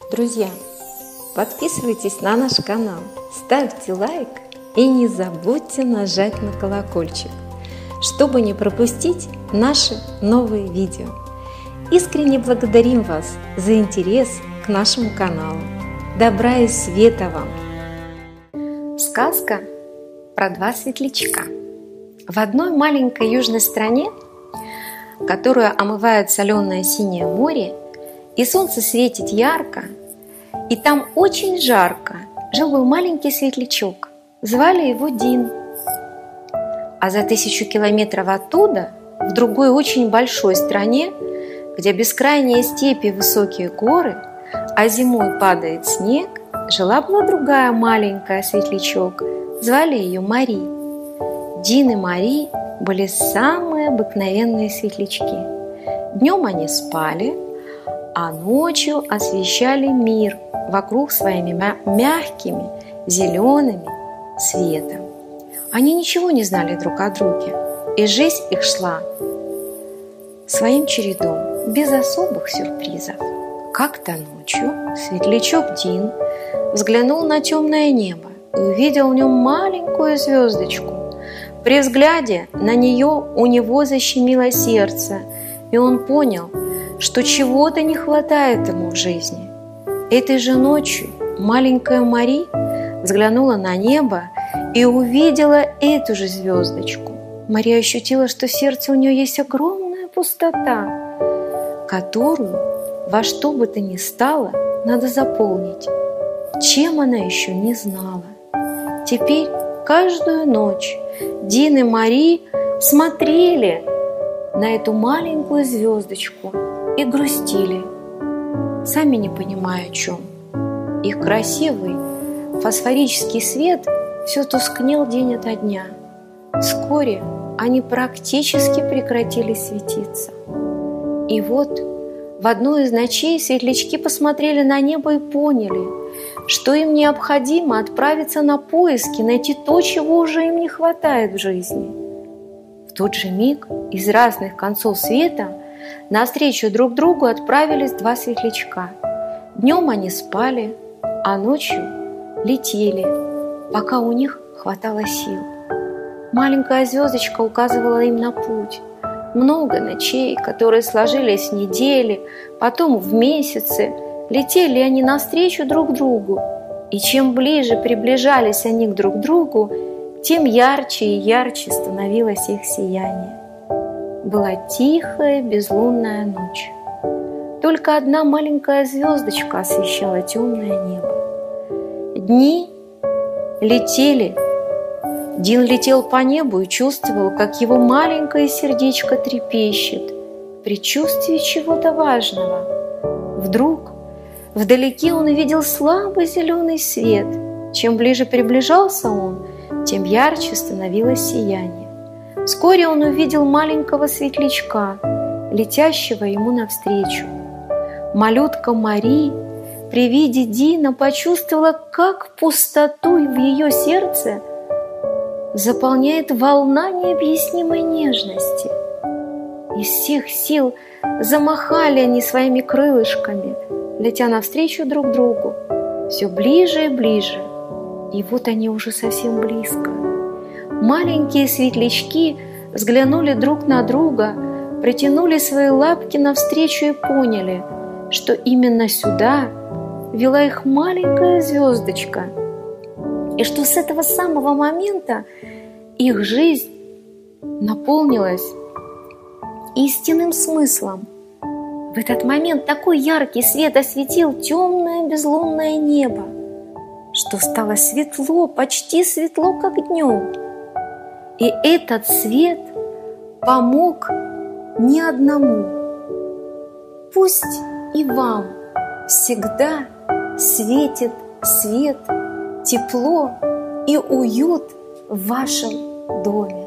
Друзья, подписывайтесь на наш канал, ставьте лайк и не забудьте нажать на колокольчик, чтобы не пропустить наши новые видео. Искренне благодарим вас за интерес к нашему каналу. Добра и света вам! Сказка про два светлячка. В одной маленькой южной стране, которую омывает соленое синее море, и солнце светит ярко, и там очень жарко, жил-был маленький светлячок. Звали его Дин. А за 1000 километров оттуда, в другой очень большой стране, где бескрайние степи и высокие горы, а зимой падает снег, жила-была другая маленькая светлячок. Звали ее Мари. Дин и Мари были самые обыкновенные светлячки. Днем они спали, а ночью освещали мир вокруг своими мягкими зелеными светом. Они ничего не знали друг о друге, и жизнь их шла своим чередом, без особых сюрпризов. Как-то ночью светлячок Дин взглянул на темное небо и увидел в нем маленькую звездочку. При взгляде на нее у него защемило сердце, и он понял, что чего-то не хватает ему в жизни. Этой же ночью маленькая Мари взглянула на небо и увидела эту же звездочку. Мария ощутила, что в сердце у нее есть огромная пустота, которую во что бы то ни стало надо заполнить. Чем она еще не знала. Теперь каждую ночь Дин и Мари смотрели на эту маленькую звездочку и грустили, сами не понимая о чем. Их красивый фосфорический свет все тускнел день ото дня. Вскоре они практически прекратили светиться. И вот в одну из ночей светлячки посмотрели на небо и поняли, что им необходимо отправиться на поиски, найти то, чего уже им не хватает в жизни. В тот же миг из разных концов света навстречу друг другу отправились два светлячка. Днем они спали, а ночью летели, пока у них хватало сил. Маленькая звездочка указывала им на путь. Много ночей, которые сложились в недели, потом в месяцы, летели они навстречу друг другу. И чем ближе приближались они к друг другу, тем ярче и ярче становилось их сияние. Была тихая безлунная ночь. Только одна маленькая звездочка освещала темное небо. Дни летели. Дин летел по небу и чувствовал, как его маленькое сердечко трепещет в предчувствии чего-то важного. Вдруг вдалеке он увидел слабый зеленый свет. Чем ближе приближался он, тем ярче становилось сияние. Вскоре он увидел маленького светлячка, летящего ему навстречу. Малютка Мари при виде Дина почувствовала, как пустоту в ее сердце заполняет волна необъяснимой нежности. Из всех сил замахали они своими крылышками, летя навстречу друг другу, все ближе и ближе. И вот они уже совсем близко. Маленькие светлячки взглянули друг на друга, протянули свои лапки навстречу и поняли, что именно сюда вела их маленькая звездочка, и что с этого самого момента их жизнь наполнилась истинным смыслом. В этот момент такой яркий свет осветил темное безлунное небо, что стало светло, почти светло, как днем. И этот свет помог не одному. Пусть и вам всегда светит свет, тепло и уют в вашем доме.